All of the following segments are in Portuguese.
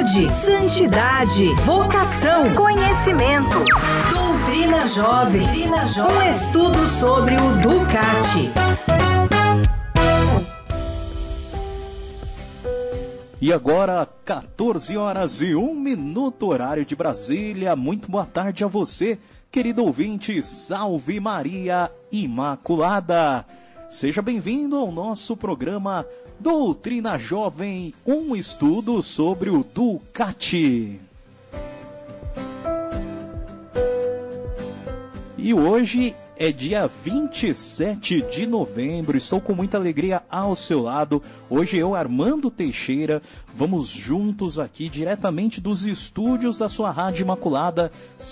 saúde, santidade, vocação, conhecimento. Doutrina Jovem. Um estudo sobre o Ducati. E agora, 14h01, horário de Brasília. Muito boa tarde a você, querido ouvinte. Salve Maria Imaculada. Seja bem-vindo ao nosso programa Doutrina Jovem, um estudo sobre o Ducati. E hoje é dia 27 de novembro, estou com muita alegria ao seu lado. Hoje eu, Armando Teixeira, vamos juntos aqui diretamente dos estúdios da sua Rádio Imaculada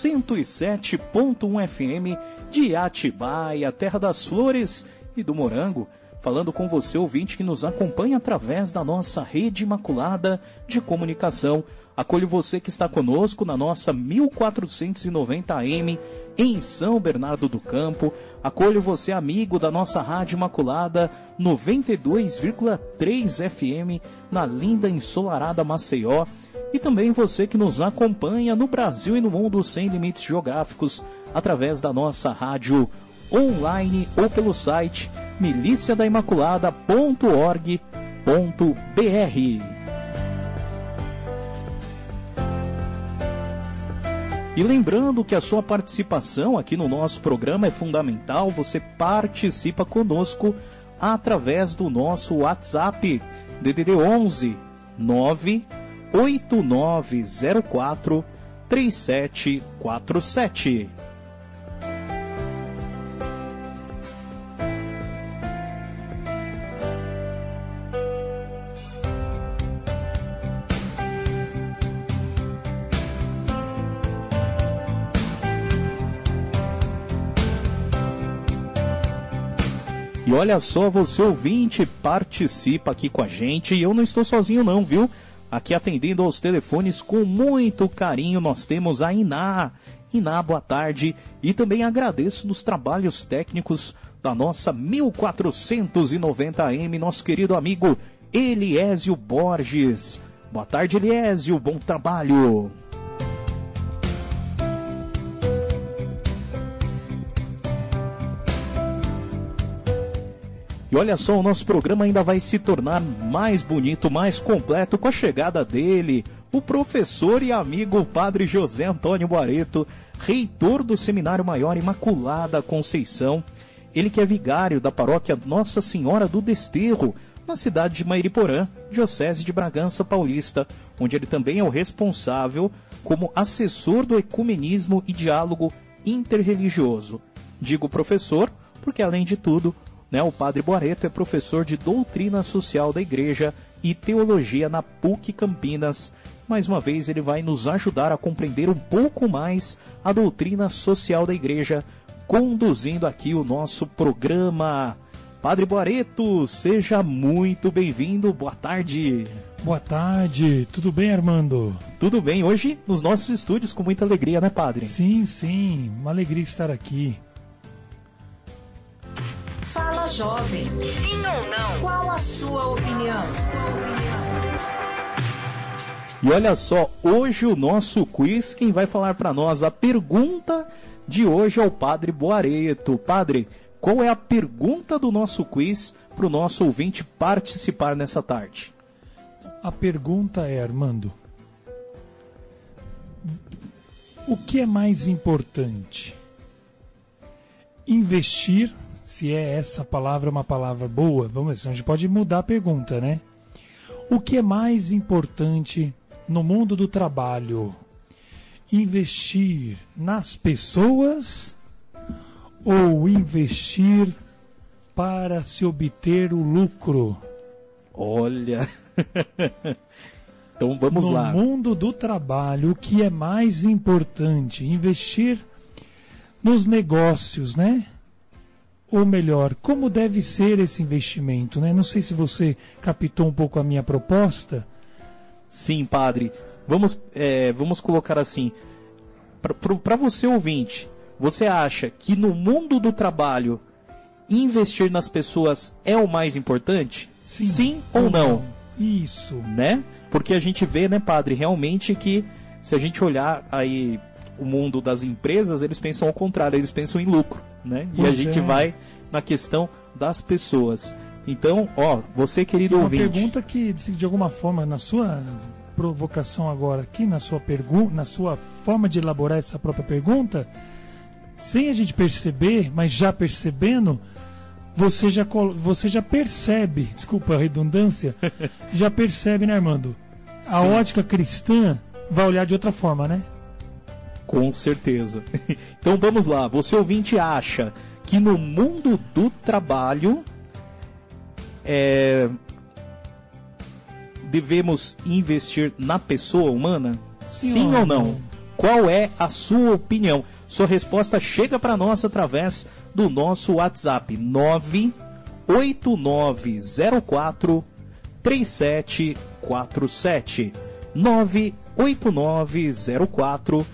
107.1 FM de Atibaia, terra das flores e do morango, falando com você, ouvinte, que nos acompanha através da nossa rede imaculada de comunicação. Acolho você que está conosco na nossa 1490 AM em São Bernardo do Campo. Acolho você, amigo da nossa Rádio Imaculada 92,3 FM na linda ensolarada Maceió. E também você que nos acompanha no Brasil e no mundo sem limites geográficos através da nossa rádio online ou pelo site miliciadaimaculada.org.br. E lembrando que a sua participação aqui no nosso programa é fundamental. Você participa conosco através do nosso WhatsApp DDD 11 98904 3747. E olha só, você ouvinte, participa aqui com a gente. E eu não estou sozinho não, viu? Aqui atendendo aos telefones com muito carinho nós temos a Iná. Iná, boa tarde. E também agradeço dos trabalhos técnicos da nossa 1490 AM, nosso querido amigo Eliésio Borges. Boa tarde, Eliésio, bom trabalho. E olha só, o nosso programa ainda vai se tornar mais bonito, mais completo com a chegada dele, o professor e amigo Padre José Antônio Boareto, reitor do Seminário Maior Imaculada Conceição. Ele que é vigário da paróquia Nossa Senhora do Desterro, na cidade de Mairiporã, diocese de Bragança Paulista, onde ele também é o responsável como assessor do ecumenismo e diálogo interreligioso. Digo professor porque, além de tudo, o Padre Boareto é professor de Doutrina Social da Igreja e Teologia na PUC Campinas. Mais uma vez ele vai nos ajudar a compreender um pouco mais a doutrina social da Igreja, conduzindo aqui o nosso programa. Padre Boareto, seja muito bem-vindo, boa tarde. Boa tarde, tudo bem, Armando? Tudo bem, hoje nos nossos estúdios com muita alegria, né, Padre? Sim, uma alegria estar aqui. Fala, jovem. Sim ou não? Qual a sua opinião? E olha só, hoje o nosso quiz, quem vai falar para nós a pergunta de hoje é o Padre Boareto. Padre, qual é a pergunta do nosso quiz para o nosso ouvinte participar nessa tarde? A pergunta é, Armando, o que é mais importante? Investir, se é essa palavra uma palavra boa, vamos ver, a gente pode mudar a pergunta, né? O que é mais importante no mundo do trabalho? Investir nas pessoas ou investir para se obter o lucro? Olha, então vamos lá. No mundo do trabalho, o que é mais importante? Investir nos negócios, né? Ou melhor, como deve ser esse investimento, né? Não sei se você captou um pouco a minha proposta. Sim, padre. Vamos colocar assim. Para você, ouvinte, você acha que no mundo do trabalho investir nas pessoas é o mais importante? Sim Sim ou não? Isso. Né? Porque a gente vê, né, padre, realmente que se a gente olhar aí o mundo das empresas, eles pensam ao contrário, eles pensam em lucro, né? E a gente vai na questão das pessoas. Então, ó, você, querido ouvinte... Uma pergunta que, de alguma forma, na sua provocação agora aqui, na sua forma de elaborar essa própria pergunta, sem a gente perceber, mas já percebendo, você já percebe, desculpa a redundância, já percebe, né, Armando? A Sim. ótica cristã vai olhar de outra forma, né? Com certeza. Então vamos lá, você ouvinte acha que no mundo do trabalho devemos investir na pessoa humana? Sim ou não? Qual é a sua opinião? Sua resposta chega para nós através do nosso WhatsApp 98904 3747 98904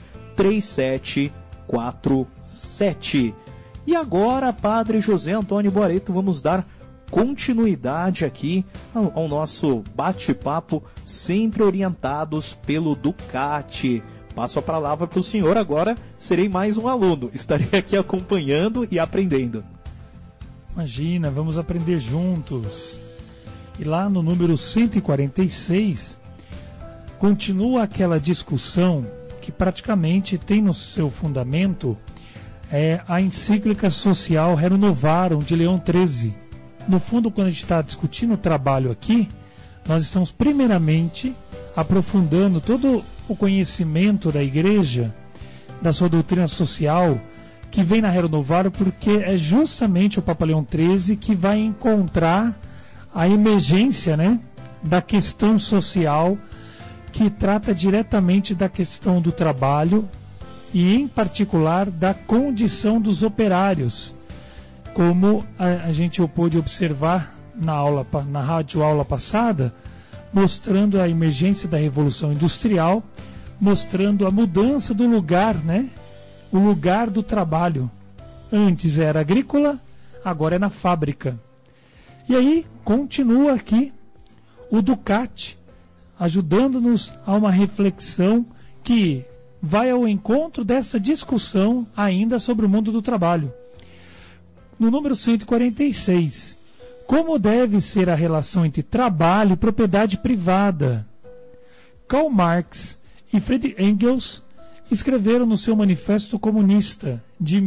3747. E agora, Padre José Antônio Boareto, vamos dar continuidade aqui ao nosso bate-papo, sempre orientados pelo Ducati. Passo a palavra para o senhor, agora serei mais um aluno, estarei aqui acompanhando e aprendendo. Imagina, vamos aprender juntos. E lá no número 146, continua aquela discussão que praticamente tem no seu fundamento a encíclica social Rerum Novarum de Leão XIII. No fundo, quando a gente está discutindo o trabalho aqui, nós estamos primeiramente aprofundando todo o conhecimento da Igreja, da sua doutrina social, que vem na Rerum Novarum, porque é justamente o Papa Leão XIII que vai encontrar a emergência, né, da questão social, que trata diretamente da questão do trabalho e, em particular, da condição dos operários, como a gente pôde observar na rádio aula passada, mostrando a emergência da Revolução Industrial, mostrando a mudança do lugar, né? O lugar do trabalho. Antes era agrícola, agora é na fábrica. E aí continua aqui o Ducati, ajudando-nos a uma reflexão que vai ao encontro dessa discussão ainda sobre o mundo do trabalho. No número 146, como deve ser a relação entre trabalho e propriedade privada? Karl Marx e Friedrich Engels escreveram no seu Manifesto Comunista, de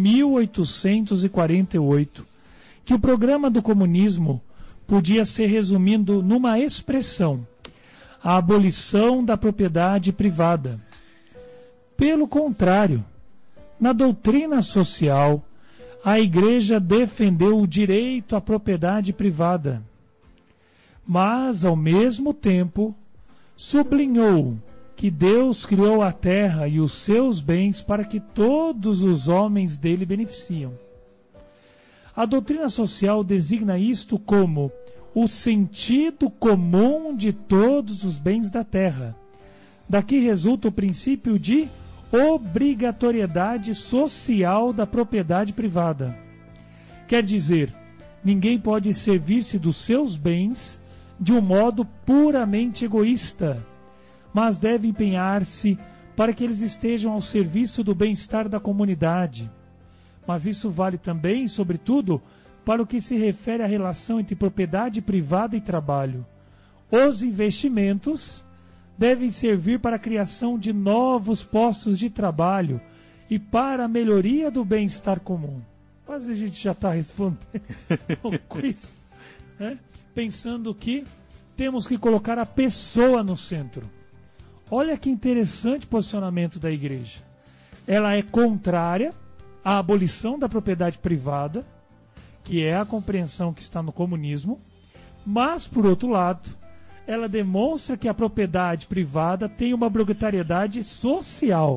1848, que o programa do comunismo podia ser resumido numa expressão: a abolição da propriedade privada. Pelo contrário, na doutrina social, a Igreja defendeu o direito à propriedade privada, mas, ao mesmo tempo, sublinhou que Deus criou a terra e os seus bens para que todos os homens dele beneficiam. A doutrina social designa isto como o sentido comum de todos os bens da terra. Daqui resulta o princípio de obrigatoriedade social da propriedade privada. Quer dizer, ninguém pode servir-se dos seus bens de um modo puramente egoísta, mas deve empenhar-se para que eles estejam ao serviço do bem-estar da comunidade. Mas isso vale também, sobretudo, para o que se refere à relação entre propriedade privada e trabalho. Os investimentos devem servir para a criação de novos postos de trabalho e para a melhoria do bem-estar comum. Mas a gente já está respondendo o quiz, né? Pensando que temos que colocar a pessoa no centro. Olha que interessante posicionamento da Igreja. Ela é contrária à abolição da propriedade privada, que é a compreensão que está no comunismo, mas, por outro lado, ela demonstra que a propriedade privada tem uma obrigatoriedade social.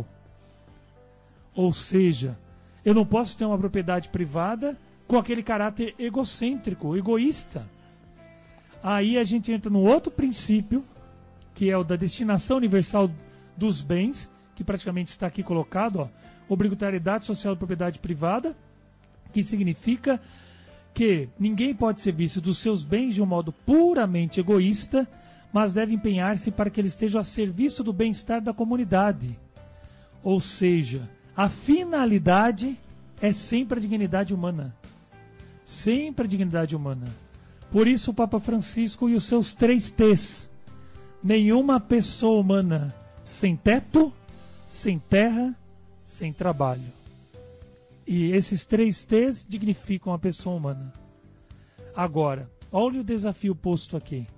Ou seja, eu não posso ter uma propriedade privada com aquele caráter egocêntrico, egoísta. Aí a gente entra no outro princípio, que é o da destinação universal dos bens, que praticamente está aqui colocado, ó, obrigatoriedade social da propriedade privada, que significa que ninguém pode ser visto dos seus bens de um modo puramente egoísta, mas deve empenhar-se para que ele esteja a serviço do bem-estar da comunidade. Ou seja, a finalidade é sempre a dignidade humana. Sempre a dignidade humana. Por isso o Papa Francisco e os seus 3 T's. Nenhuma pessoa humana sem teto, sem terra, sem trabalho. E esses 3 T's dignificam a pessoa humana. Agora, olha o desafio posto aqui.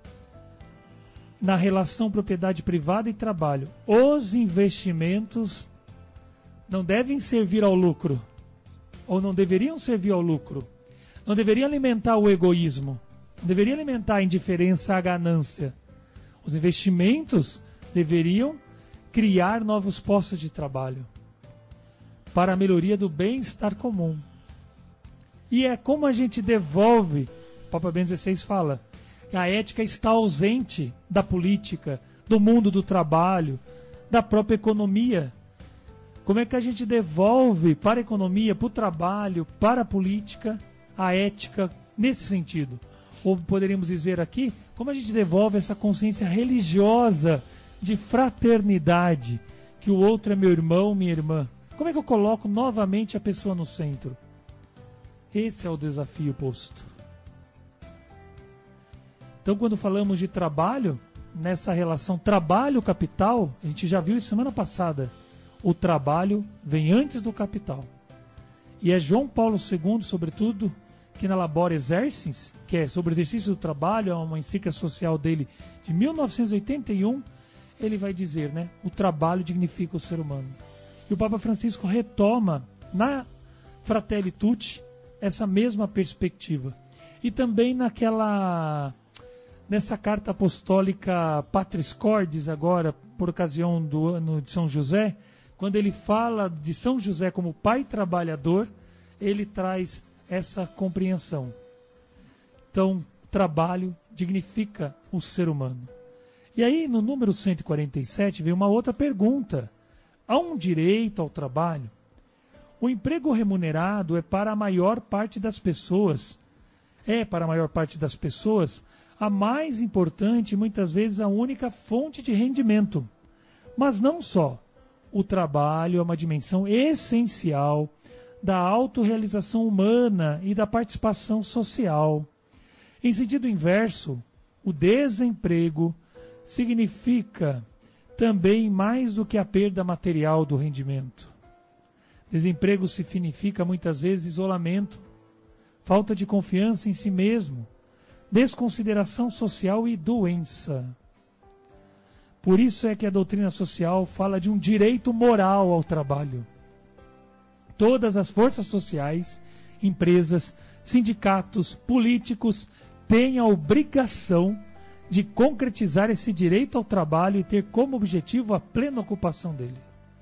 Na relação propriedade privada e trabalho, os investimentos não devem servir ao lucro, ou não deveriam servir ao lucro. Não deveria alimentar o egoísmo, não deveria alimentar a indiferença, a ganância. Os investimentos deveriam criar novos postos de trabalho para a melhoria do bem-estar comum. E é como a gente devolve, o Papa Bento XVI fala, que a ética está ausente da política, do mundo do trabalho, da própria economia. Como é que a gente devolve para a economia, para o trabalho, para a política, a ética nesse sentido? Ou poderíamos dizer aqui, como a gente devolve essa consciência religiosa de fraternidade, que o outro é meu irmão, minha irmã? Como é que eu coloco novamente a pessoa no centro? Esse é o desafio posto. Então, quando falamos de trabalho, nessa relação trabalho-capital, a gente já viu isso semana passada, o trabalho vem antes do capital. E é João Paulo II, sobretudo, que na Labora Exercens, que é sobre o exercício do trabalho, é uma encíclica social dele de 1981, ele vai dizer, né, o trabalho dignifica o ser humano. E o Papa Francisco retoma na Fratelli Tutti essa mesma perspectiva. E também nessa carta apostólica Patris Cordis, agora, por ocasião do ano de São José, quando ele fala de São José como pai trabalhador, ele traz essa compreensão. Então, trabalho dignifica o ser humano. E aí, no número 147, vem uma outra pergunta. Há um direito ao trabalho? O emprego remunerado é para a maior parte das pessoas. A mais importante e muitas vezes a única fonte de rendimento. Mas não só. O trabalho é uma dimensão essencial da autorrealização humana e da participação social. Em sentido inverso, o desemprego significa também mais do que a perda material do rendimento. Desemprego significa muitas vezes isolamento, falta de confiança em si mesmo, desconsideração social e doença. Por isso é que a doutrina social fala de um direito moral ao trabalho. Todas as forças sociais, empresas, sindicatos, políticos têm a obrigação de concretizar esse direito ao trabalho e ter como objetivo a plena ocupação dele.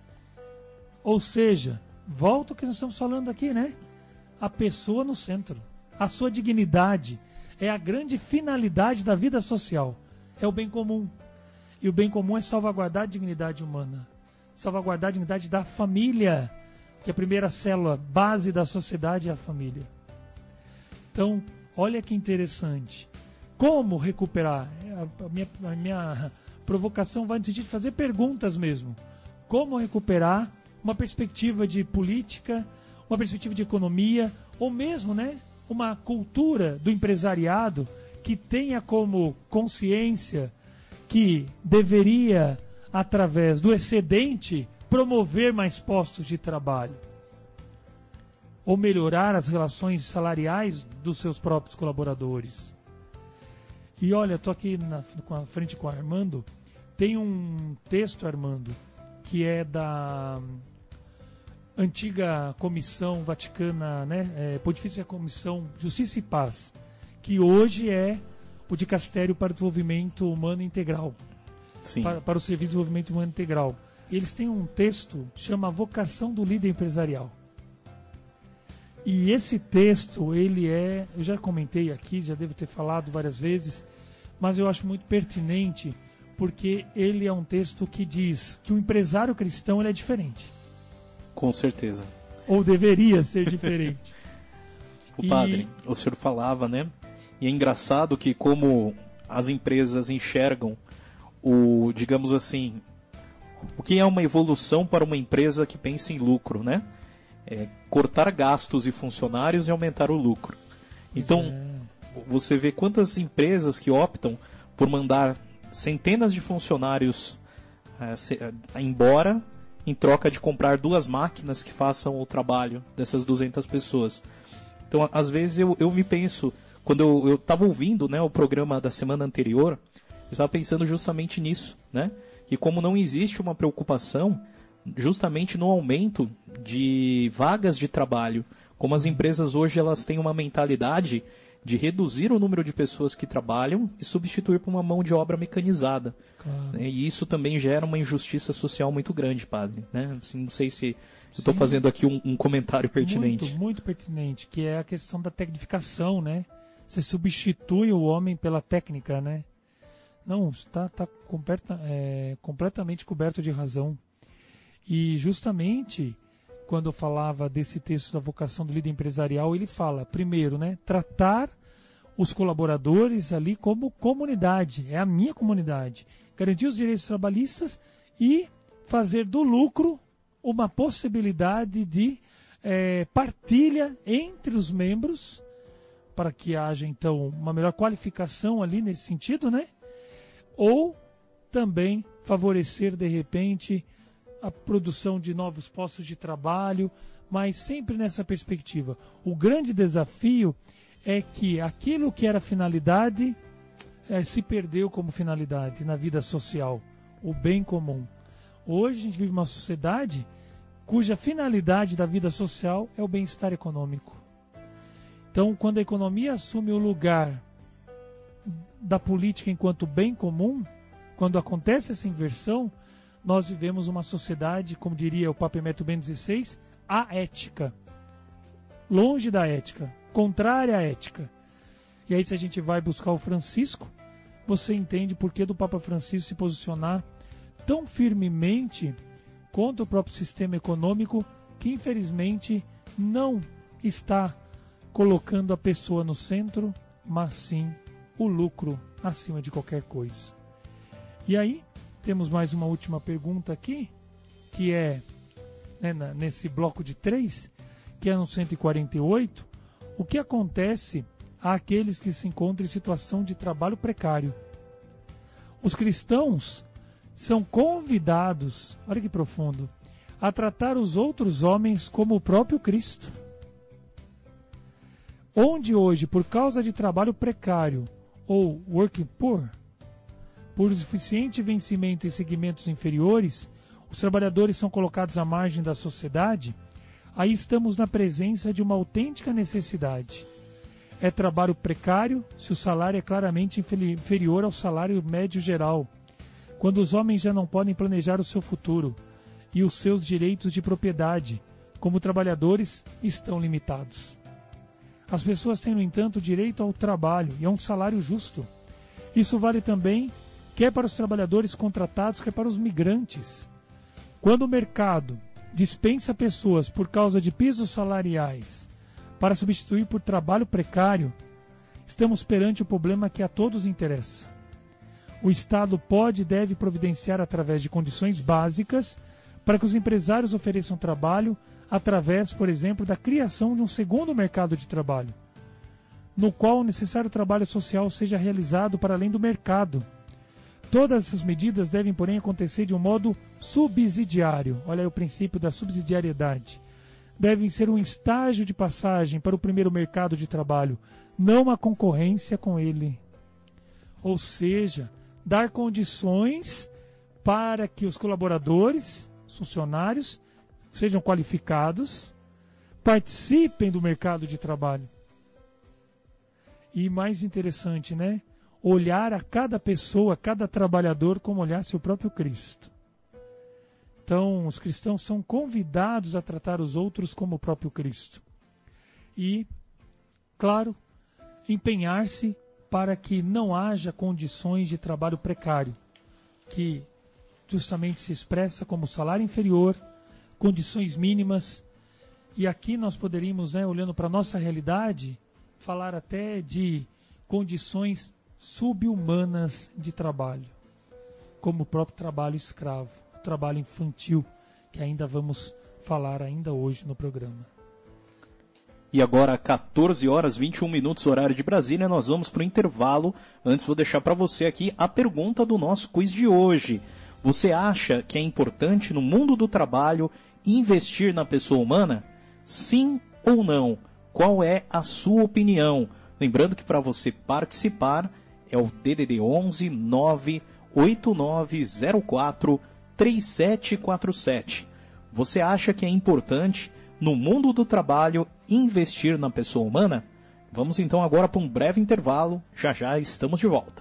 Ou seja, volta ao que nós estamos falando aqui, né? A pessoa no centro. A sua dignidade é a grande finalidade da vida social. É o bem comum. E o bem comum é salvaguardar a dignidade humana. Salvaguardar a dignidade da família. Porque a primeira célula, base da sociedade é a família. Então, olha que interessante. Como recuperar? A minha provocação vai no sentido de fazer perguntas mesmo. Como recuperar uma perspectiva de política, uma perspectiva de economia, ou mesmo, né, uma cultura do empresariado que tenha como consciência que deveria, através do excedente, promover mais postos de trabalho, ou melhorar as relações salariais dos seus próprios colaboradores. E olha, estou aqui na frente com o Armando, tem um texto, Armando, que é da antiga Comissão Vaticana, né, Pontifícia Comissão Justiça e Paz, que hoje é o Dicastério para o Desenvolvimento Humano Integral. Sim. Para o Serviço de Desenvolvimento Humano Integral. Eles têm um texto que chama Vocação do Líder Empresarial. E esse texto, eu já comentei aqui, já devo ter falado várias vezes, mas eu acho muito pertinente, porque ele é um texto que diz que o empresário cristão ele é diferente. Com certeza. Ou deveria ser diferente. Padre, o senhor falava, né? E é engraçado que como as empresas enxergam digamos assim, o que é uma evolução para uma empresa que pensa em lucro, né? Cortar gastos e funcionários e aumentar o lucro. Então, você vê quantas empresas que optam por mandar centenas de funcionários embora em troca de comprar 2 máquinas que façam o trabalho dessas 200 pessoas. Então, às vezes eu me penso, quando eu estava ouvindo, né, o programa da semana anterior, eu estava pensando justamente nisso, né? Que como não existe uma preocupação justamente no aumento de vagas de trabalho, como as empresas hoje elas têm uma mentalidade de reduzir o número de pessoas que trabalham e substituir por uma mão de obra mecanizada. Claro. E isso também gera uma injustiça social muito grande, padre. Né? Assim, não sei se eu estou fazendo aqui um comentário pertinente. Muito, muito pertinente, que é a questão da tecnificação, né? Você substitui o homem pela técnica, né? Não, está completamente coberto de razão. E justamente, quando eu falava desse texto da vocação do líder empresarial, ele fala, primeiro, né, tratar os colaboradores ali como comunidade, é a minha comunidade, garantir os direitos trabalhistas e fazer do lucro uma possibilidade de partilha entre os membros, para que haja, então, uma melhor qualificação ali nesse sentido, né? Ou também favorecer, de repente, a produção de novos postos de trabalho, mas sempre nessa perspectiva. O grande desafio é que aquilo que era finalidade se perdeu como finalidade na vida social, o bem comum. Hoje a gente vive uma sociedade cuja finalidade da vida social é o bem-estar econômico. Então, quando a economia assume o lugar da política enquanto bem comum, quando acontece essa inversão, nós vivemos uma sociedade, como diria o Papa Emérito Bento XVI, aética. Longe da ética, contrária à ética. E aí, se a gente vai buscar o Francisco, você entende por que do Papa Francisco se posicionar tão firmemente contra o próprio sistema econômico, que infelizmente não está colocando a pessoa no centro, mas sim o lucro acima de qualquer coisa. E aí, temos mais uma última pergunta aqui, que é, né, nesse bloco de 3, que é no 148, o que acontece àqueles que se encontram em situação de trabalho precário? Os cristãos são convidados, olha que profundo, a tratar os outros homens como o próprio Cristo. Onde hoje, por causa de trabalho precário ou working poor, por suficiente vencimento em segmentos inferiores, os trabalhadores são colocados à margem da sociedade, aí estamos na presença de uma autêntica necessidade. É trabalho precário se o salário é claramente inferior ao salário médio geral, quando os homens já não podem planejar o seu futuro e os seus direitos de propriedade, como trabalhadores, estão limitados. As pessoas têm, no entanto, direito ao trabalho e a um salário justo. Isso vale também quer para os trabalhadores contratados, quer para os migrantes. Quando o mercado dispensa pessoas por causa de pisos salariais para substituir por trabalho precário, estamos perante o problema que a todos interessa. O Estado pode e deve providenciar através de condições básicas para que os empresários ofereçam trabalho através, por exemplo, da criação de um segundo mercado de trabalho, no qual o necessário trabalho social seja realizado para além do mercado. Todas essas medidas devem, porém, acontecer de um modo subsidiário. Olha aí o princípio da subsidiariedade. Devem ser um estágio de passagem para o primeiro mercado de trabalho, não uma concorrência com ele. Ou seja, dar condições para que os colaboradores, os funcionários, sejam qualificados, participem do mercado de trabalho. E mais interessante, né? Olhar a cada pessoa, a cada trabalhador, como olhasse o próprio Cristo. Então, os cristãos são convidados a tratar os outros como o próprio Cristo. E, claro, empenhar-se para que não haja condições de trabalho precário, que justamente se expressa como salário inferior, condições mínimas. E aqui nós poderíamos, né, olhando para a nossa realidade, falar até de condições subhumanas de trabalho, como o próprio trabalho escravo, o trabalho infantil, que ainda vamos falar ainda hoje no programa. E agora, 14 horas 21 minutos, horário de Brasília, nós vamos para o intervalo. Antes, vou deixar para você aqui a pergunta do nosso quiz de hoje. Você acha que é importante no mundo do trabalho investir na pessoa humana? Sim ou não? Qual é a sua opinião? Lembrando que para você participar é o DDD 11 98904 3747. Você acha que é importante no mundo do trabalho investir na pessoa humana? Vamos então agora para um breve intervalo. Já já estamos de volta.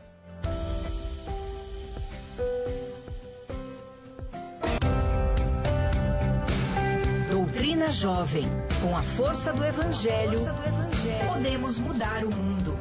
Doutrina Jovem. Com a força do Evangelho, podemos mudar o mundo.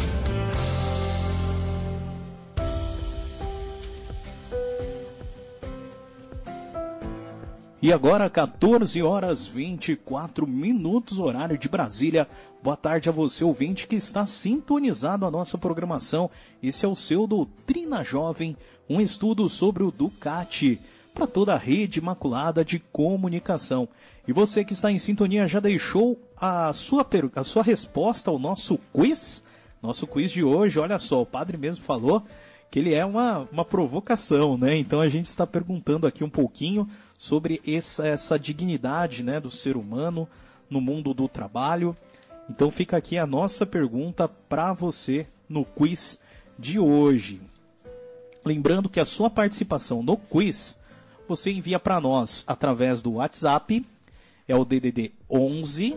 E agora, 14 horas 24 minutos, horário de Brasília. Boa tarde a você, ouvinte, que está sintonizado a nossa programação. Esse é o seu Doutrina Jovem, um estudo sobre o Ducati, para toda a rede imaculada de comunicação. E você que está em sintonia já deixou a sua resposta ao nosso quiz? Nosso quiz de hoje, olha só, o padre mesmo falou que ele é uma provocação, né? Então a gente está perguntando aqui um pouquinho sobre essa dignidade, né, do ser humano no mundo do trabalho. Então fica aqui a nossa pergunta para você no quiz de hoje. Lembrando que a sua participação no quiz você envia para nós através do WhatsApp, é o DDD 11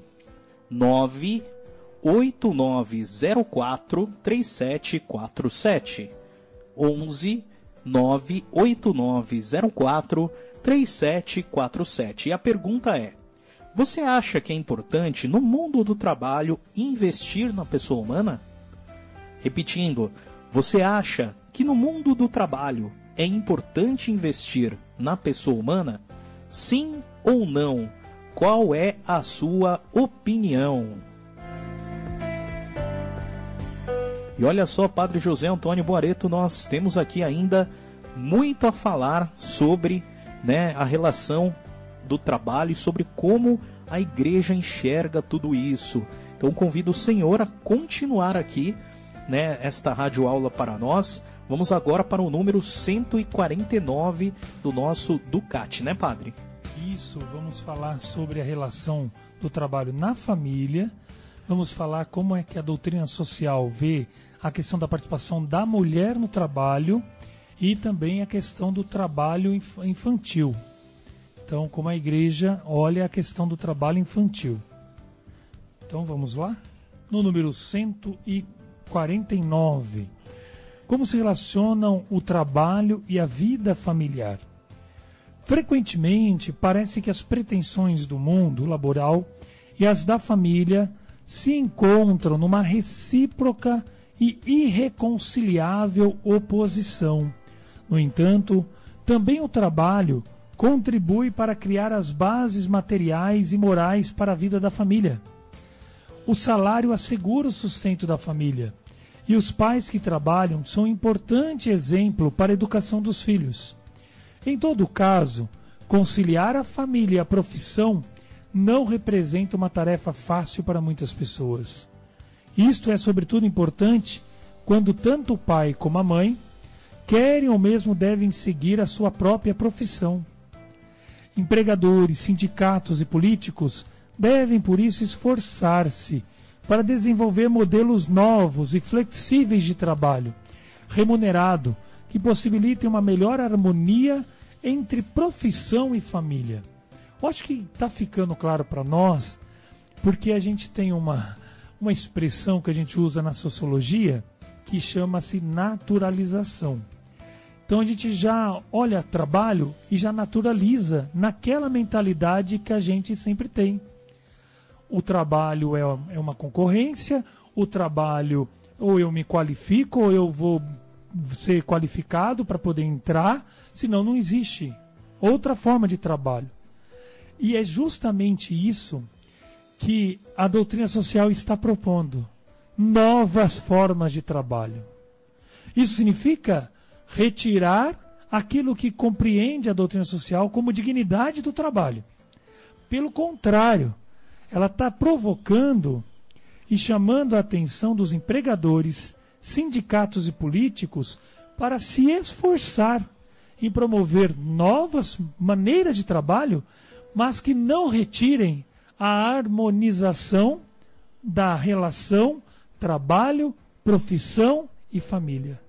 98904 3747. 11 98904 3747. E a pergunta é: você acha que é importante no mundo do trabalho investir na pessoa humana? Repetindo, você acha que no mundo do trabalho é importante investir na pessoa humana? Sim ou não? Qual é a sua opinião? E olha só, Padre José Antônio Boareto, nós temos aqui ainda muito a falar sobre, né, a relação do trabalho e sobre como a igreja enxerga tudo isso. Então convido o senhor a continuar aqui, né, esta radioaula para nós. Vamos agora para o número 149 do nosso Ducati, né, padre? Isso, vamos falar sobre a relação do trabalho na família. Vamos falar como é que a doutrina social vê a questão da participação da mulher no trabalho e também a questão do trabalho infantil. Então, como a igreja olha a questão do trabalho infantil. Então, vamos lá? No número 149. Como se relacionam o trabalho e a vida familiar? Frequentemente, parece que as pretensões do mundo laboral e as da família se encontram numa recíproca e irreconciliável oposição. No entanto, também o trabalho contribui para criar as bases materiais e morais para a vida da família. O salário assegura o sustento da família, e os pais que trabalham são um importante exemplo para a educação dos filhos. Em todo caso, conciliar a família e a profissão não representa uma tarefa fácil para muitas pessoas. Isto é sobretudo importante quando tanto o pai como a mãe querem ou mesmo devem seguir a sua própria profissão. Empregadores, sindicatos e políticos devem, por isso, esforçar-se para desenvolver modelos novos e flexíveis de trabalho, remunerado, que possibilitem uma melhor harmonia entre profissão e família. Eu acho que está ficando claro para nós, porque a gente tem uma expressão que a gente usa na sociologia que chama-se naturalização. Então a gente já olha trabalho e já naturaliza naquela mentalidade que a gente sempre tem. O trabalho é uma concorrência, o trabalho ou eu me qualifico ou eu vou ser qualificado para poder entrar, senão não existe outra forma de trabalho. E é justamente isso que a doutrina social está propondo. novas formas de trabalho. Isso significa retirar aquilo que compreende a doutrina social como dignidade do trabalho. Pelo contrário, ela está provocando e chamando a atenção dos empregadores, sindicatos e políticos para se esforçar em promover novas maneiras de trabalho, mas que não retirem a harmonização da relação trabalho, profissão e família.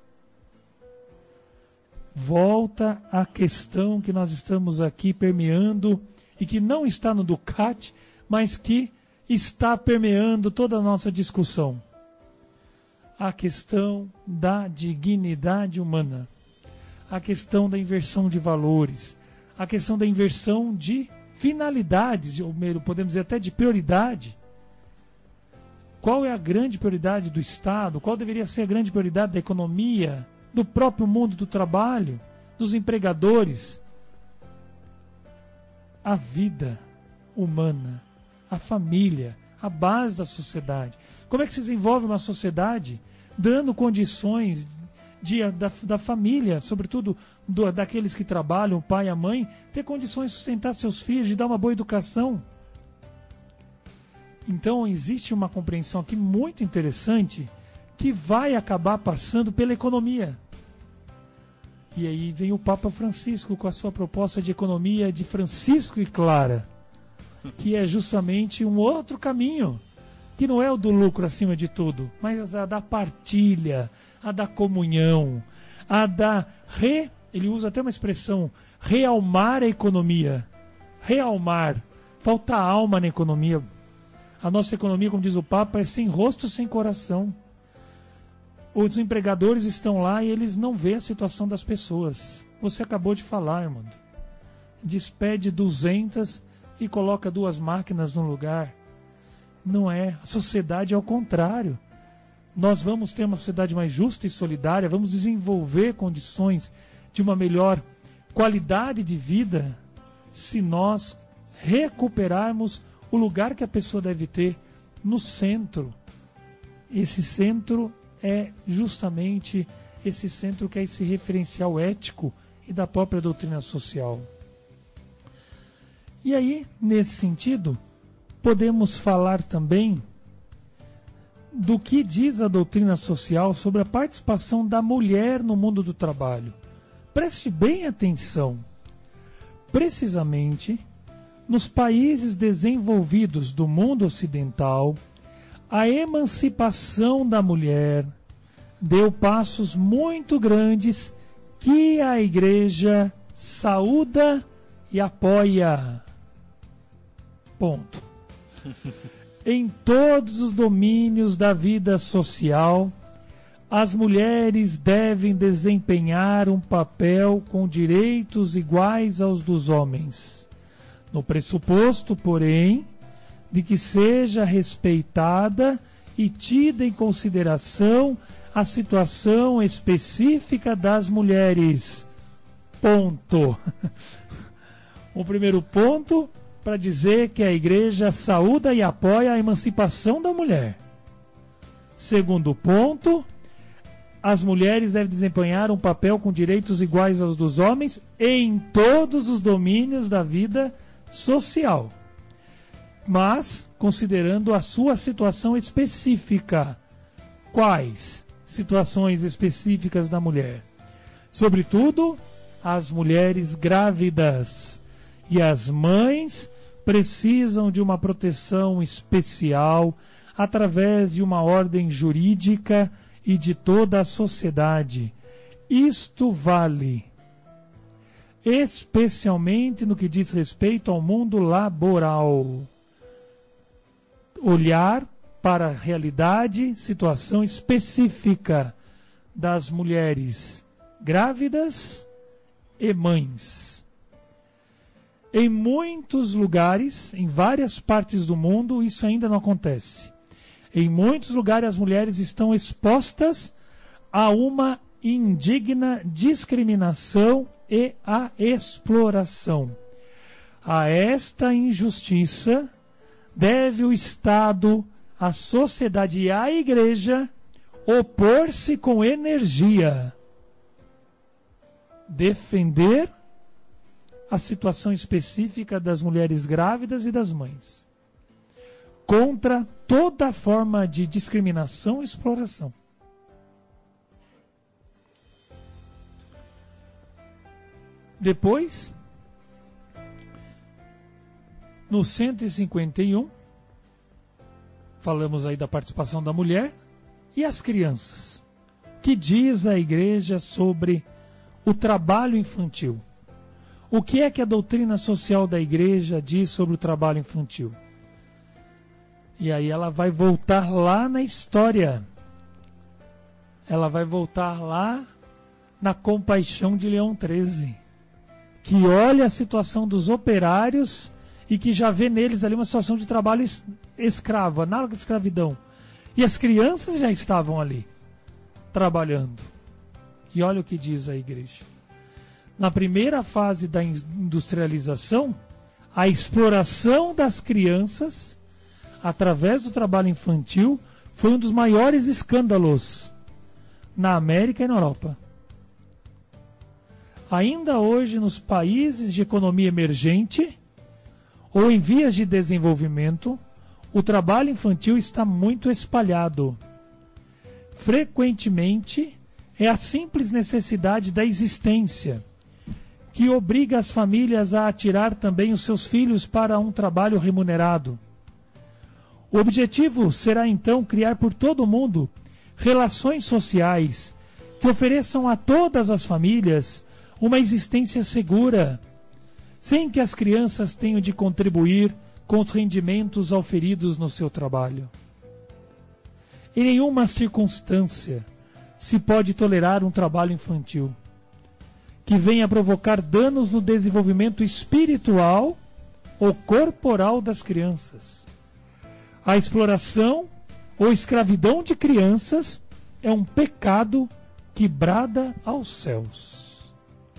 Volta à questão que nós estamos aqui permeando e que não está no Ducat, mas que está permeando toda a nossa discussão. A questão da dignidade humana, a questão da inversão de valores, a questão da inversão de finalidades, ou podemos dizer até de prioridade. Qual é a grande prioridade do Estado? Qual deveria ser a grande prioridade da economia, do próprio mundo do trabalho, dos empregadores? A vida humana, a família, a base da sociedade. Como é que se desenvolve uma sociedade dando condições da família, sobretudo daqueles que trabalham, o pai e a mãe, ter condições de sustentar seus filhos, de dar uma boa educação? Então existe uma compreensão aqui muito interessante que vai acabar passando pela economia. E aí vem o Papa Francisco com a sua proposta de economia de Francisco e Clara, que é justamente um outro caminho, que não é o do lucro acima de tudo, mas a da partilha, a da comunhão, a da ele usa até uma expressão, realmar a economia. Realmar. Falta alma na economia. A nossa economia, como diz o Papa, é sem rosto, sem coração. Os empregadores estão lá e eles não veem a situação das pessoas. Você acabou de falar, irmão. Despede 200 e coloca 2 máquinas no lugar. Não é. A sociedade é ao contrário. Nós vamos ter uma sociedade mais justa e solidária, vamos desenvolver condições de uma melhor qualidade de vida se nós recuperarmos o lugar que a pessoa deve ter no centro. Esse centro é justamente esse centro que é esse referencial ético e da própria doutrina social. E aí, nesse sentido, podemos falar também do que diz a doutrina social sobre a participação da mulher no mundo do trabalho. Preste bem atenção. Precisamente, nos países desenvolvidos do mundo ocidental, a emancipação da mulher deu passos muito grandes que a Igreja saúda e apoia. Ponto. Em todos os domínios da vida social, as mulheres devem desempenhar um papel com direitos iguais aos dos homens, no pressuposto, porém, de que seja respeitada e tida em consideração a situação específica das mulheres. Ponto. O primeiro ponto para dizer que a Igreja saúda e apoia a emancipação da mulher. Segundo ponto, as mulheres devem desempenhar um papel com direitos iguais aos dos homens em todos os domínios da vida social, mas considerando a sua situação específica. Quais situações específicas da mulher? Sobretudo, as mulheres grávidas e as mães precisam de uma proteção especial através de uma ordem jurídica e de toda a sociedade. Isto vale especialmente no que diz respeito ao mundo laboral. Olhar para a realidade, situação específica das mulheres grávidas e mães. Em muitos lugares, em várias partes do mundo, isso ainda não acontece. Em muitos lugares, as mulheres estão expostas a uma indigna discriminação e a exploração. A esta injustiça deve o Estado a sociedade e a igreja opor-se com energia, defender a situação específica das mulheres grávidas e das mães, contra toda forma de discriminação e exploração. Depois, no 151, falamos aí da participação da mulher e as crianças. Que diz a igreja sobre o trabalho infantil? O que é que a doutrina social da igreja diz sobre o trabalho infantil? E aí ela vai voltar lá na história. Ela vai voltar lá na Compaixão de Leão XIII, que olha a situação dos operários e que já vê neles ali uma situação de trabalho escravo, análogo à escravidão. E as crianças já estavam ali, trabalhando. E olha o que diz a igreja. Na primeira fase da industrialização, a exploração das crianças, através do trabalho infantil, foi um dos maiores escândalos na América e na Europa. Ainda hoje, nos países de economia emergente ou em vias de desenvolvimento, o trabalho infantil está muito espalhado. Frequentemente, é a simples necessidade da existência que obriga as famílias a atirar também os seus filhos para um trabalho remunerado. O objetivo será então criar por todo o mundo relações sociais que ofereçam a todas as famílias uma existência segura, sem que as crianças tenham de contribuir com os rendimentos auferidos no seu trabalho. Em nenhuma circunstância se pode tolerar um trabalho infantil que venha provocar danos no desenvolvimento espiritual ou corporal das crianças. A exploração ou escravidão de crianças é um pecado que brada aos céus.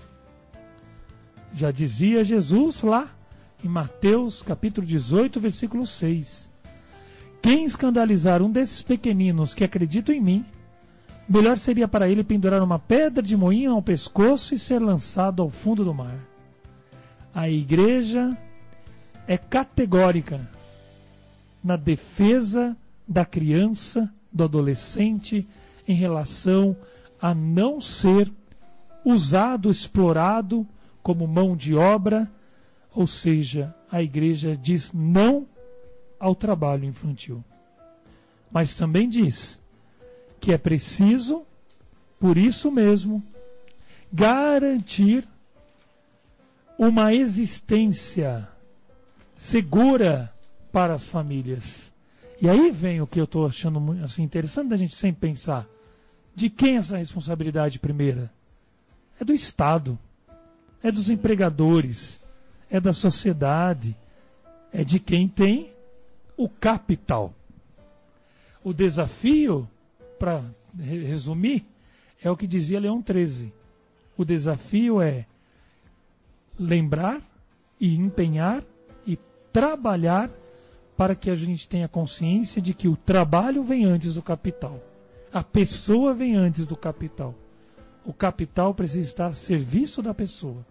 Já dizia Jesus lá em Mateus capítulo 18, versículo 6. Quem escandalizar um desses pequeninos que acreditam em mim, melhor seria para ele pendurar uma pedra de moinho ao pescoço e ser lançado ao fundo do mar. A igreja é categórica na defesa da criança, do adolescente, em relação a não ser usado, explorado como mão de obra, ou seja, a igreja diz não ao trabalho infantil. Mas também diz que é preciso, por isso mesmo, garantir uma existência segura para as famílias. E aí vem o que eu estou achando assim, interessante da gente sempre pensar. De quem é essa responsabilidade primeira? É do Estado, é dos empregadores, é da sociedade, é de quem tem o capital. O desafio, para resumir, é o que dizia Leão XIII. O desafio é lembrar e empenhar e trabalhar para que a gente tenha consciência de que o trabalho vem antes do capital. A pessoa vem antes do capital. O capital precisa estar a serviço da pessoa.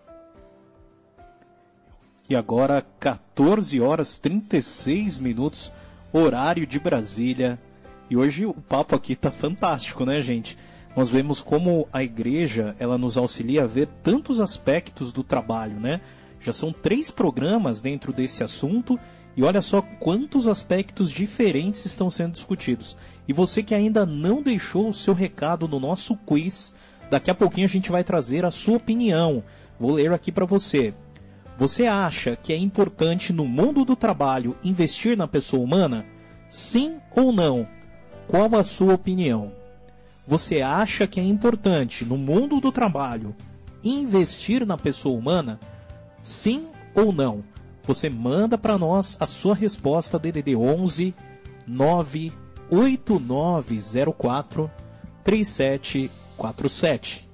E agora, 14 horas 36 minutos, horário de Brasília. E hoje o papo aqui tá fantástico, né, gente? Nós vemos como a igreja, ela nos auxilia a ver tantos aspectos do trabalho, né? Já são 3 programas dentro desse assunto e olha só quantos aspectos diferentes estão sendo discutidos. E você que ainda não deixou o seu recado no nosso quiz, daqui a pouquinho a gente vai trazer a sua opinião. Vou ler aqui para você. Você acha que é importante no mundo do trabalho investir na pessoa humana? Sim ou não? Qual a sua opinião? Você acha que é importante no mundo do trabalho investir na pessoa humana? Sim ou não? Você manda para nós a sua resposta DDD 11 98904 3747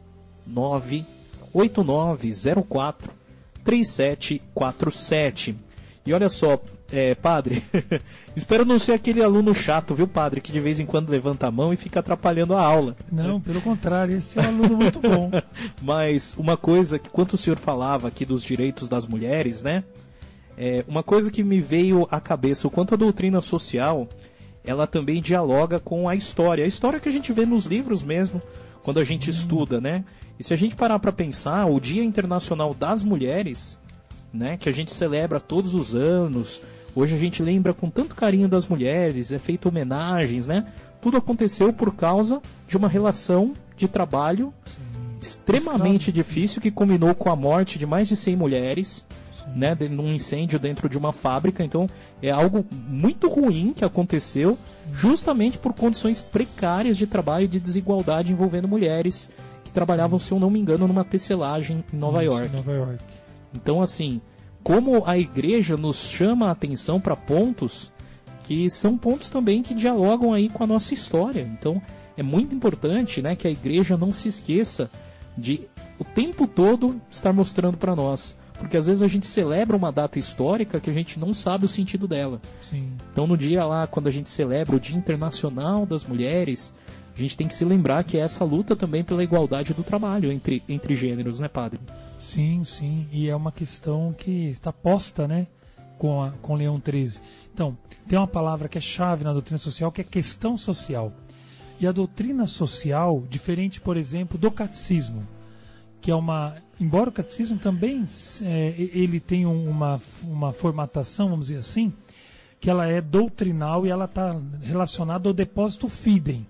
98904 3747. E olha só, Padre, espero não ser aquele aluno chato, viu, padre, que de vez em quando levanta a mão e fica atrapalhando a aula. Não, pelo contrário, esse é um aluno muito bom. Mas uma coisa que, quando o senhor falava aqui dos direitos das mulheres, né? Uma coisa que me veio à cabeça, o quanto a doutrina social, ela também dialoga com a história que a gente vê nos livros mesmo, quando a gente estuda, né? E se a gente parar para pensar, o Dia Internacional das Mulheres, né, que a gente celebra todos os anos, hoje a gente lembra com tanto carinho das mulheres, é feito homenagens, né? Tudo aconteceu por causa de uma relação de trabalho extremamente difícil que culminou com a morte de mais de 100 mulheres, né, num incêndio dentro de uma fábrica. Então é algo muito ruim que aconteceu justamente por condições precárias de trabalho e de desigualdade envolvendo mulheres que trabalhavam, se eu não me engano, numa tecelagem em Nova York. Então, assim, como a igreja nos chama a atenção para pontos que são pontos também que dialogam aí com a nossa história. Então é muito importante, né, que a igreja não se esqueça de o tempo todo estar mostrando para nós. Porque às vezes a gente celebra uma data histórica que a gente não sabe o sentido dela. Sim. Então no dia lá, quando a gente celebra o Dia Internacional das Mulheres, a gente tem que se lembrar que é essa luta também pela igualdade do trabalho entre gêneros, né, padre? Sim, sim. E é uma questão que está posta, né, com Leão XIII. Então, tem uma palavra que é chave na doutrina social, que é questão social. E a doutrina social, diferente, por exemplo, do catecismo, que é uma... Embora o catecismo também ele tenha uma formatação, vamos dizer assim, que ela é doutrinal e ela está relacionada ao depósito Fidem.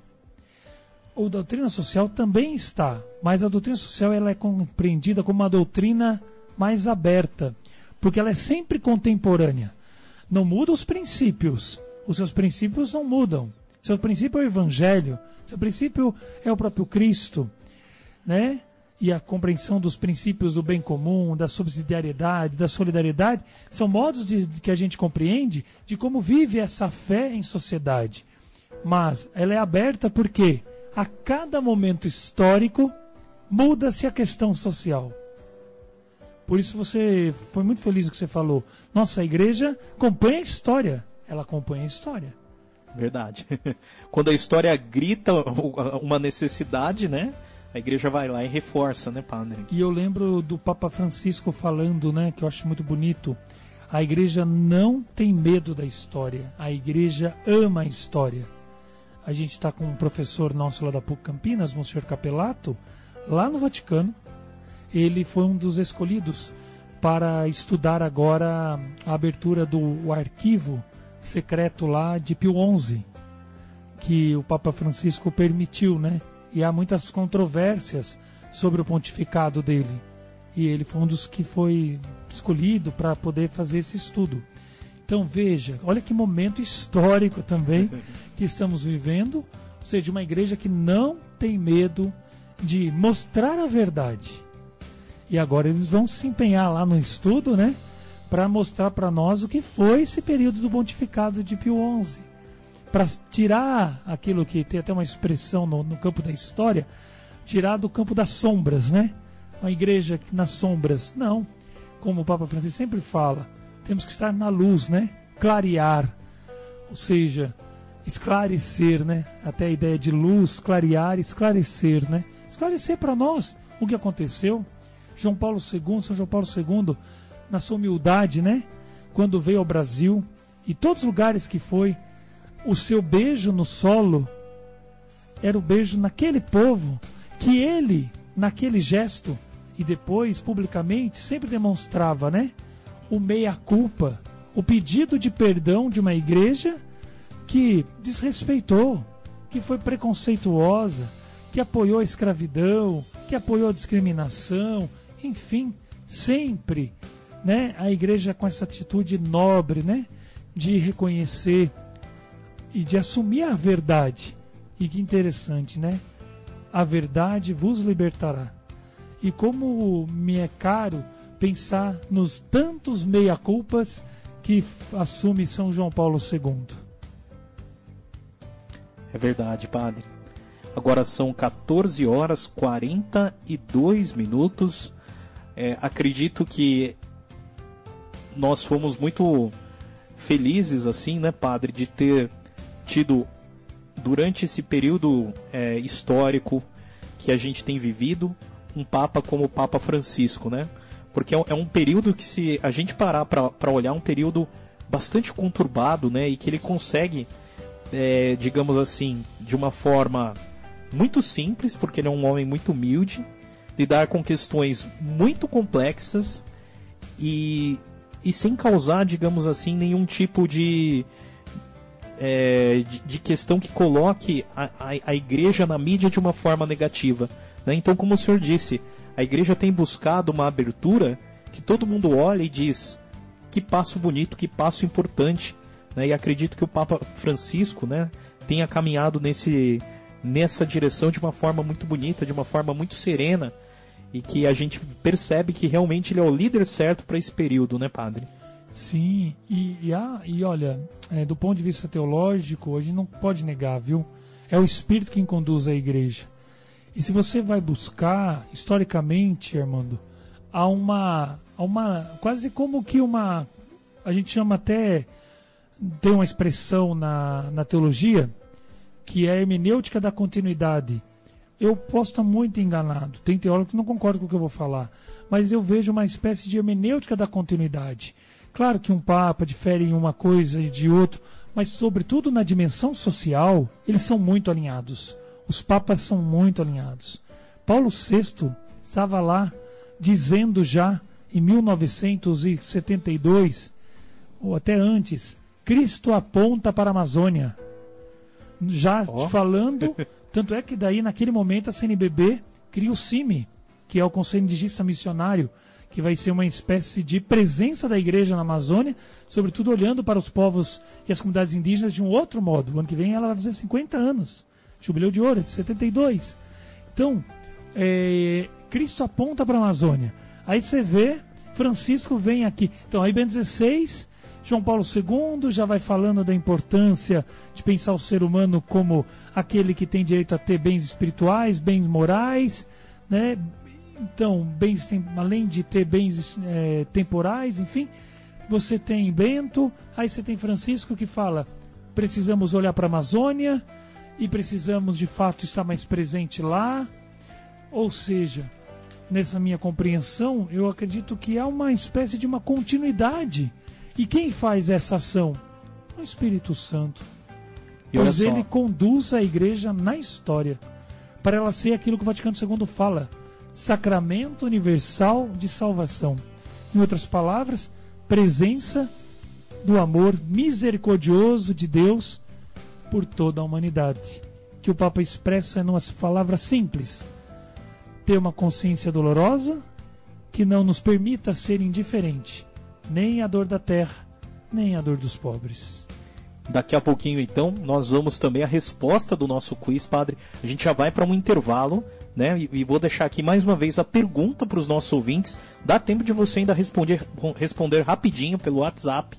A doutrina social também está, mas a doutrina social ela é compreendida como uma doutrina mais aberta, porque ela é sempre contemporânea. Não muda os princípios, os seus princípios não mudam. Seu princípio é o Evangelho, seu princípio é o próprio Cristo, né? E a compreensão dos princípios do bem comum, da subsidiariedade, da solidariedade, são modos que a gente compreende de como vive essa fé em sociedade. Mas ela é aberta porque a cada momento histórico muda-se a questão social. Por isso você foi muito feliz no que você falou. Nossa, a igreja acompanha a história. Ela acompanha a história. Verdade. Quando a história grita uma necessidade, né? A igreja vai lá e reforça, né, padre? E eu lembro do Papa Francisco falando, né, que eu acho muito bonito. A igreja não tem medo da história. A igreja ama a história. A gente está com um professor nosso lá da PUC Campinas, Monsenhor Capelato, lá no Vaticano. Ele foi um dos escolhidos para estudar agora a abertura do arquivo secreto lá de Pio XI, que o Papa Francisco permitiu, né? E há muitas controvérsias sobre o pontificado dele. E ele foi um dos que foi escolhido para poder fazer esse estudo. Então veja, olha que momento histórico também que estamos vivendo. Ou seja, uma igreja que não tem medo de mostrar a verdade. E agora eles vão se empenhar lá no estudo, né? Para mostrar para nós o que foi esse período do pontificado de Pio XI. Para tirar aquilo que tem até uma expressão no campo da história, tirar do campo das sombras, né? Uma igreja nas sombras. Não. Como o Papa Francisco sempre fala, temos que estar na luz, né? Clarear. Ou seja, esclarecer, né? Até a ideia de luz, clarear, esclarecer, né? Esclarecer para nós o que aconteceu. São João Paulo II, na sua humildade, né? Quando veio ao Brasil, e todos os lugares que foi, o seu beijo no solo era o beijo naquele povo que ele, naquele gesto, e depois publicamente, sempre demonstrava, né? O meia-culpa, o pedido de perdão de uma igreja que desrespeitou, que foi preconceituosa, que apoiou a escravidão, que apoiou a discriminação, enfim, sempre, né? A igreja com essa atitude nobre, né? De reconhecer e de assumir a verdade. E que interessante, né? A verdade vos libertará. E como me é caro pensar nos tantos meia-culpas que assume São João Paulo II. É verdade, padre. Agora são 14 horas 42 minutos. Acredito que nós fomos muito felizes, assim, né, padre, de ter tido, durante esse período histórico que a gente tem vivido, um Papa como o Papa Francisco, né? Porque é um período que, se a gente parar para olhar, um período bastante conturbado, né? E que ele consegue, digamos assim, de uma forma muito simples, porque ele é um homem muito humilde, lidar com questões muito complexas e sem causar, digamos assim, nenhum tipo de questão que coloque a igreja na mídia de uma forma negativa, né? Então, como o senhor disse, a igreja tem buscado uma abertura que todo mundo olha e diz: que passo bonito, que passo importante, né? E acredito que o Papa Francisco, né, tenha caminhado nessa direção de uma forma muito bonita, de uma forma muito serena, e que a gente percebe que realmente ele é o líder certo para esse período, né, padre? Sim, e olha, do ponto de vista teológico, a gente não pode negar, viu? É o Espírito quem conduz a igreja. E se você vai buscar, historicamente, Armando, há uma quase como que a gente chama até, tem uma expressão na teologia, que é a hermenêutica da continuidade. Eu posso estar muito enganado, tem teólogo que não concorda com o que eu vou falar, mas eu vejo uma espécie de hermenêutica da continuidade. Claro que um Papa difere em uma coisa e de outro, mas sobretudo na dimensão social, eles são muito alinhados. Os Papas são muito alinhados. Paulo VI estava lá dizendo já em 1972, ou até antes, Cristo aponta para a Amazônia. Já falando, tanto é que daí naquele momento a CNBB cria o CIMI, que é o Conselho Indigenista Missionário, que vai ser uma espécie de presença da igreja na Amazônia, sobretudo olhando para os povos e as comunidades indígenas de um outro modo. O ano que vem ela vai fazer 50 anos. Jubileu de Ouro, de 72. Então, Cristo aponta para a Amazônia. Aí você vê, Francisco vem aqui. Então, aí Bento XVI, João Paulo II já vai falando da importância de pensar o ser humano como aquele que tem direito a ter bens espirituais, bens morais, né? Então, além de ter bens temporais, enfim, você tem Bento, aí você tem Francisco que fala: precisamos olhar para a Amazônia e precisamos de fato estar mais presente lá. Ou seja, nessa minha compreensão, eu acredito que há uma espécie de uma continuidade. E quem faz essa ação? O Espírito Santo. Pois ele conduz a igreja na história, para ela ser aquilo que o Vaticano II fala: sacramento universal de salvação. Em outras palavras, presença do amor misericordioso de Deus por toda a humanidade, que o Papa expressa numa palavra simples: ter uma consciência dolorosa que não nos permita ser indiferente, nem à dor da terra, nem à dor dos pobres. Daqui a pouquinho, então, nós vamos também a resposta do nosso quiz, padre. A gente já vai para um intervalo, né? E vou deixar aqui mais uma vez a pergunta para os nossos ouvintes. Dá tempo de você ainda responder rapidinho pelo WhatsApp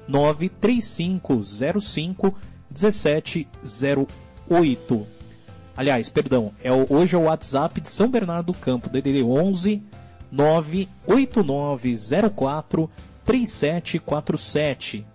935051708. Aliás, perdão, hoje é o WhatsApp de São Bernardo do Campo, DDD 11 98904 3747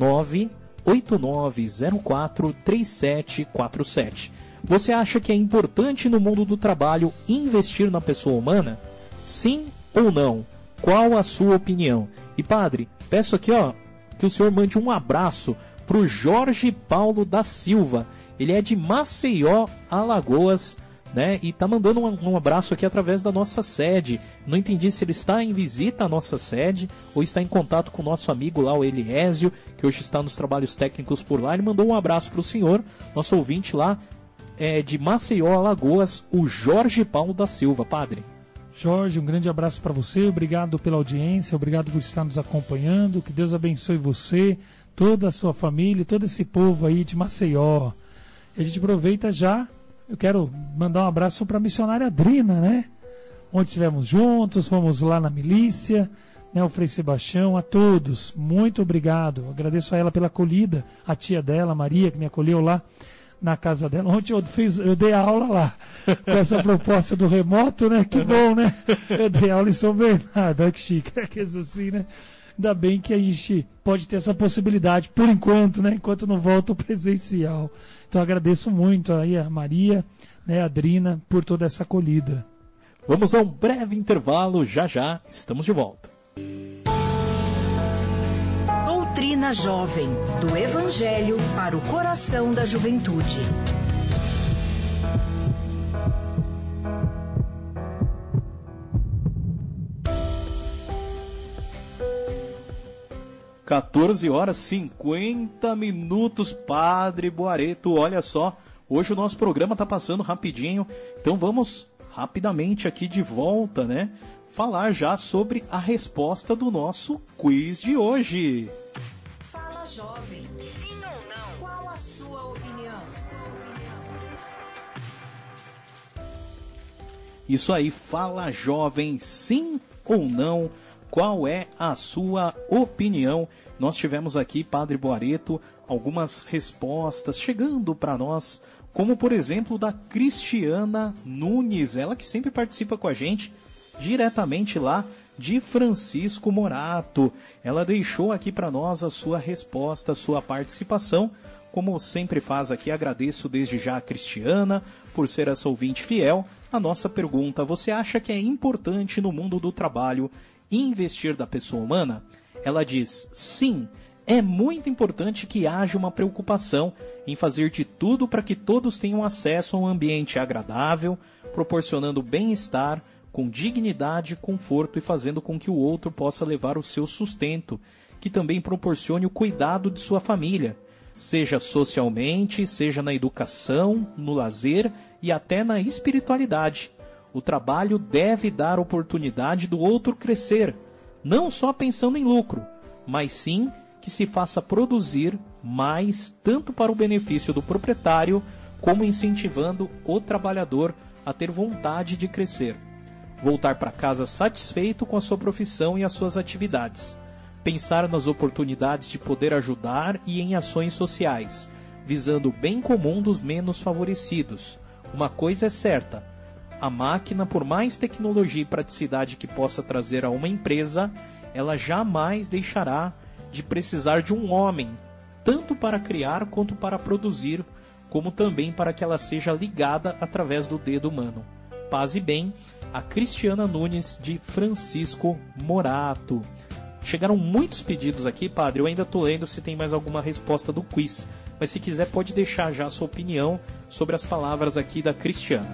98904 3747. Você acha que é importante no mundo do trabalho investir na pessoa humana? Sim ou não? Qual a sua opinião? E padre, peço aqui que o senhor mande um abraço para o Jorge Paulo da Silva. Ele é de Maceió, Alagoas, né? E tá mandando um abraço aqui através da nossa sede. Não entendi se ele está em visita à nossa sede ou está em contato com o nosso amigo lá, o Eliésio, que hoje está nos trabalhos técnicos por lá. Ele mandou um abraço para o senhor, nosso ouvinte lá de Maceió, Alagoas, o Jorge Paulo da Silva. Padre. Jorge, um grande abraço para você, obrigado pela audiência, obrigado por estar nos acompanhando, que Deus abençoe você, toda a sua família, todo esse povo aí de Maceió. E a gente aproveita já. Eu quero mandar um abraço para a missionária Adrina, né? Onde estivemos juntos, fomos lá na milícia, né? O Frei Sebastião, a todos, muito obrigado. Agradeço a ela pela acolhida, a tia dela, Maria, que me acolheu lá na casa dela. Ontem eu dei aula lá, com essa proposta do remoto, né? Que bom, né? Eu dei aula em São Bernardo, olha que chique, aqueles assim, né? Ainda bem que a gente pode ter essa possibilidade, por enquanto, né? Enquanto não volta o presencial. Então agradeço muito aí a Maria, né, a Adrina, por toda essa acolhida. Vamos a um breve intervalo, já já estamos de volta. Doutrina Jovem, do Evangelho para o coração da juventude. (14h50), Padre Boareto. Olha só, hoje o nosso programa está passando rapidinho, então vamos rapidamente aqui de volta, né? Falar já sobre a resposta do nosso quiz de hoje. Fala, jovem. Sim ou não? Qual a sua opinião? Isso aí, fala, jovem, sim ou não? Qual é a sua opinião? Nós tivemos aqui, Padre Boareto, algumas respostas chegando para nós, como por exemplo da Cristiana Nunes, ela que sempre participa com a gente, diretamente lá de Francisco Morato. Ela deixou aqui para nós a sua resposta, a sua participação. Como sempre faz aqui, agradeço desde já a Cristiana por ser essa ouvinte fiel. A nossa pergunta: você acha que é importante no mundo do trabalho investir da pessoa humana? Ela diz: sim, é muito importante que haja uma preocupação em fazer de tudo para que todos tenham acesso a um ambiente agradável, proporcionando bem-estar, com dignidade, conforto e fazendo com que o outro possa levar o seu sustento, que também proporcione o cuidado de sua família, seja socialmente, seja na educação, no lazer e até na espiritualidade. O trabalho deve dar oportunidade do outro crescer, não só pensando em lucro, mas sim que se faça produzir mais, tanto para o benefício do proprietário, como incentivando o trabalhador a ter vontade de crescer. Voltar para casa satisfeito com a sua profissão e as suas atividades. Pensar nas oportunidades de poder ajudar e em ações sociais, visando o bem comum dos menos favorecidos. Uma coisa é certa: a máquina, por mais tecnologia e praticidade que possa trazer a uma empresa, ela jamais deixará de precisar de um homem, tanto para criar quanto para produzir, como também para que ela seja ligada através do dedo humano. Paz e bem, a Cristiana Nunes de Francisco Morato. Chegaram muitos pedidos aqui, Padre. Eu ainda estou lendo se tem mais alguma resposta do quiz, mas se quiser pode deixar já a sua opinião sobre as palavras aqui da Cristiana.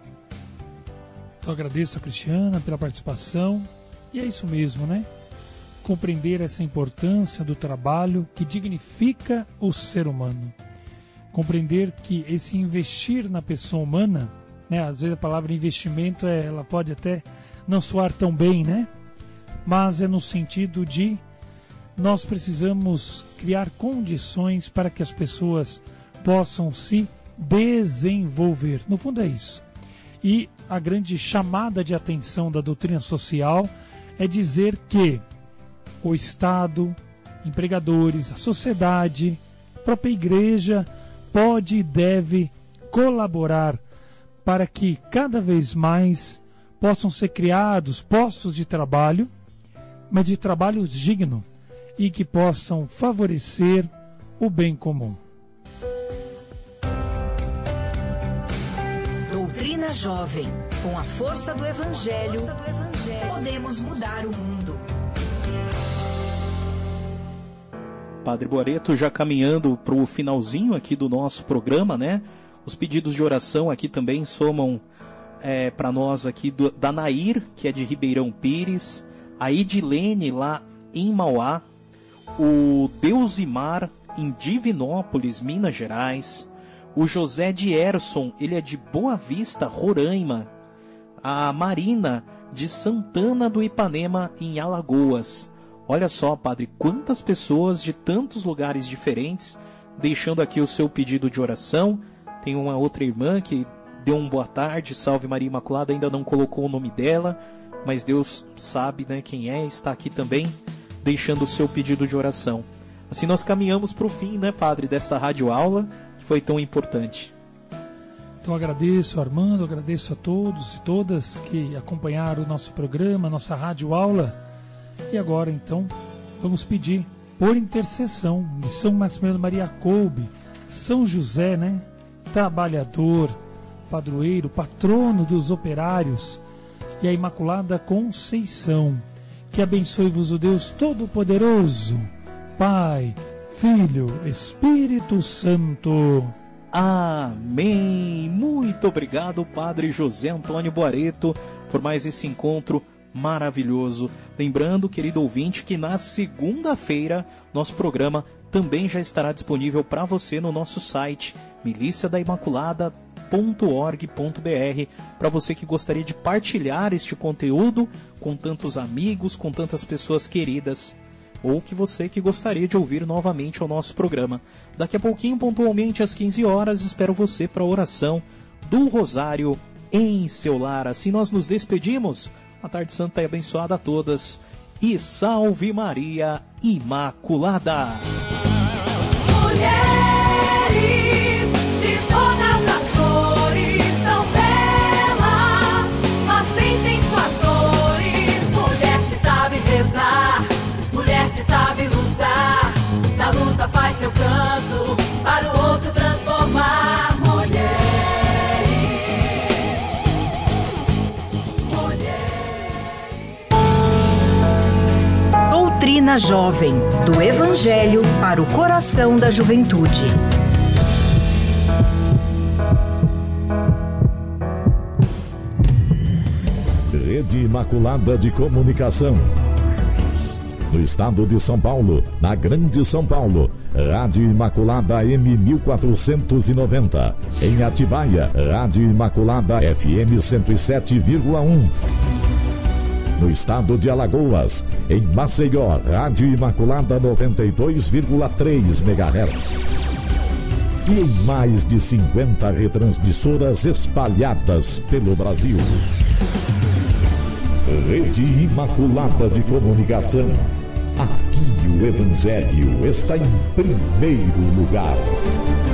Então agradeço a Cristiana pela participação. E é isso mesmo, né? Compreender essa importância do trabalho que dignifica o ser humano. Compreender que esse investir na pessoa humana, né? Às vezes a palavra investimento ela pode até não soar tão bem, né? Mas é no sentido de nós precisamos criar condições para que as pessoas possam se desenvolver. No fundo é isso. E a grande chamada de atenção da doutrina social é dizer que o Estado, empregadores, a sociedade, a própria igreja pode e deve colaborar para que cada vez mais possam ser criados postos de trabalho, mas de trabalho digno e que possam favorecer o bem comum. Doutrina Jovem, com a força do Evangelho, podemos mudar o mundo. Padre Boareto, já caminhando para o finalzinho aqui do nosso programa, né? Os pedidos de oração aqui também somam para nós aqui da Nair, que é de Ribeirão Pires, a Edilene lá em Mauá, o Deusimar em Divinópolis, Minas Gerais, o José de Erson, ele é de Boa Vista, Roraima, a Marina de Santana do Ipanema, em Alagoas. Olha só, Padre, quantas pessoas de tantos lugares diferentes deixando aqui o seu pedido de oração. Tem uma outra irmã que deu um boa tarde, salve Maria Imaculada, ainda não colocou o nome dela, mas Deus sabe, né, quem é, está aqui também deixando o seu pedido de oração. Assim nós caminhamos para o fim, né, Padre, dessa rádio aula que foi tão importante. Então agradeço, Armando, agradeço a todos e todas que acompanharam o nosso programa, nossa rádio aula. E agora, então, Vamos pedir por intercessão de São Maximiliano Maria Kolbe, São José, né? Trabalhador, padroeiro, patrono dos operários, e a Imaculada Conceição. Que abençoe-vos o Deus Todo-Poderoso, Pai, Filho, Espírito Santo. Amém. Muito obrigado, Padre José Antônio Boareto, por mais esse encontro maravilhoso. Lembrando, querido ouvinte, que na segunda-feira nosso programa também já estará disponível para você no nosso site miliciadaimaculada.org.br, para você que gostaria de partilhar este conteúdo com tantos amigos, com tantas pessoas queridas, ou que você que gostaria de ouvir novamente o nosso programa. Daqui a pouquinho, pontualmente às 15 horas, espero você para a oração do Rosário em seu lar. Assim nós nos despedimos. Uma tarde santa e abençoada a todas. E salve Maria Imaculada! Mulheres de todas as cores são belas, mas sentem suas dores. Mulher que sabe rezar, mulher que sabe lutar, da luta faz seu canto, para o outro transformar. Doutrina Jovem, do Evangelho para o coração da juventude. Rede Imaculada de Comunicação. No estado de São Paulo, na Grande São Paulo, Rádio Imaculada M1490. Em Atibaia, Rádio Imaculada FM 107,1. No estado de Alagoas, em Maceió, Rádio Imaculada 92,3 MHz. E em mais de 50 retransmissoras espalhadas pelo Brasil. Rede Imaculada de Comunicação. Aqui o Evangelho está em primeiro lugar.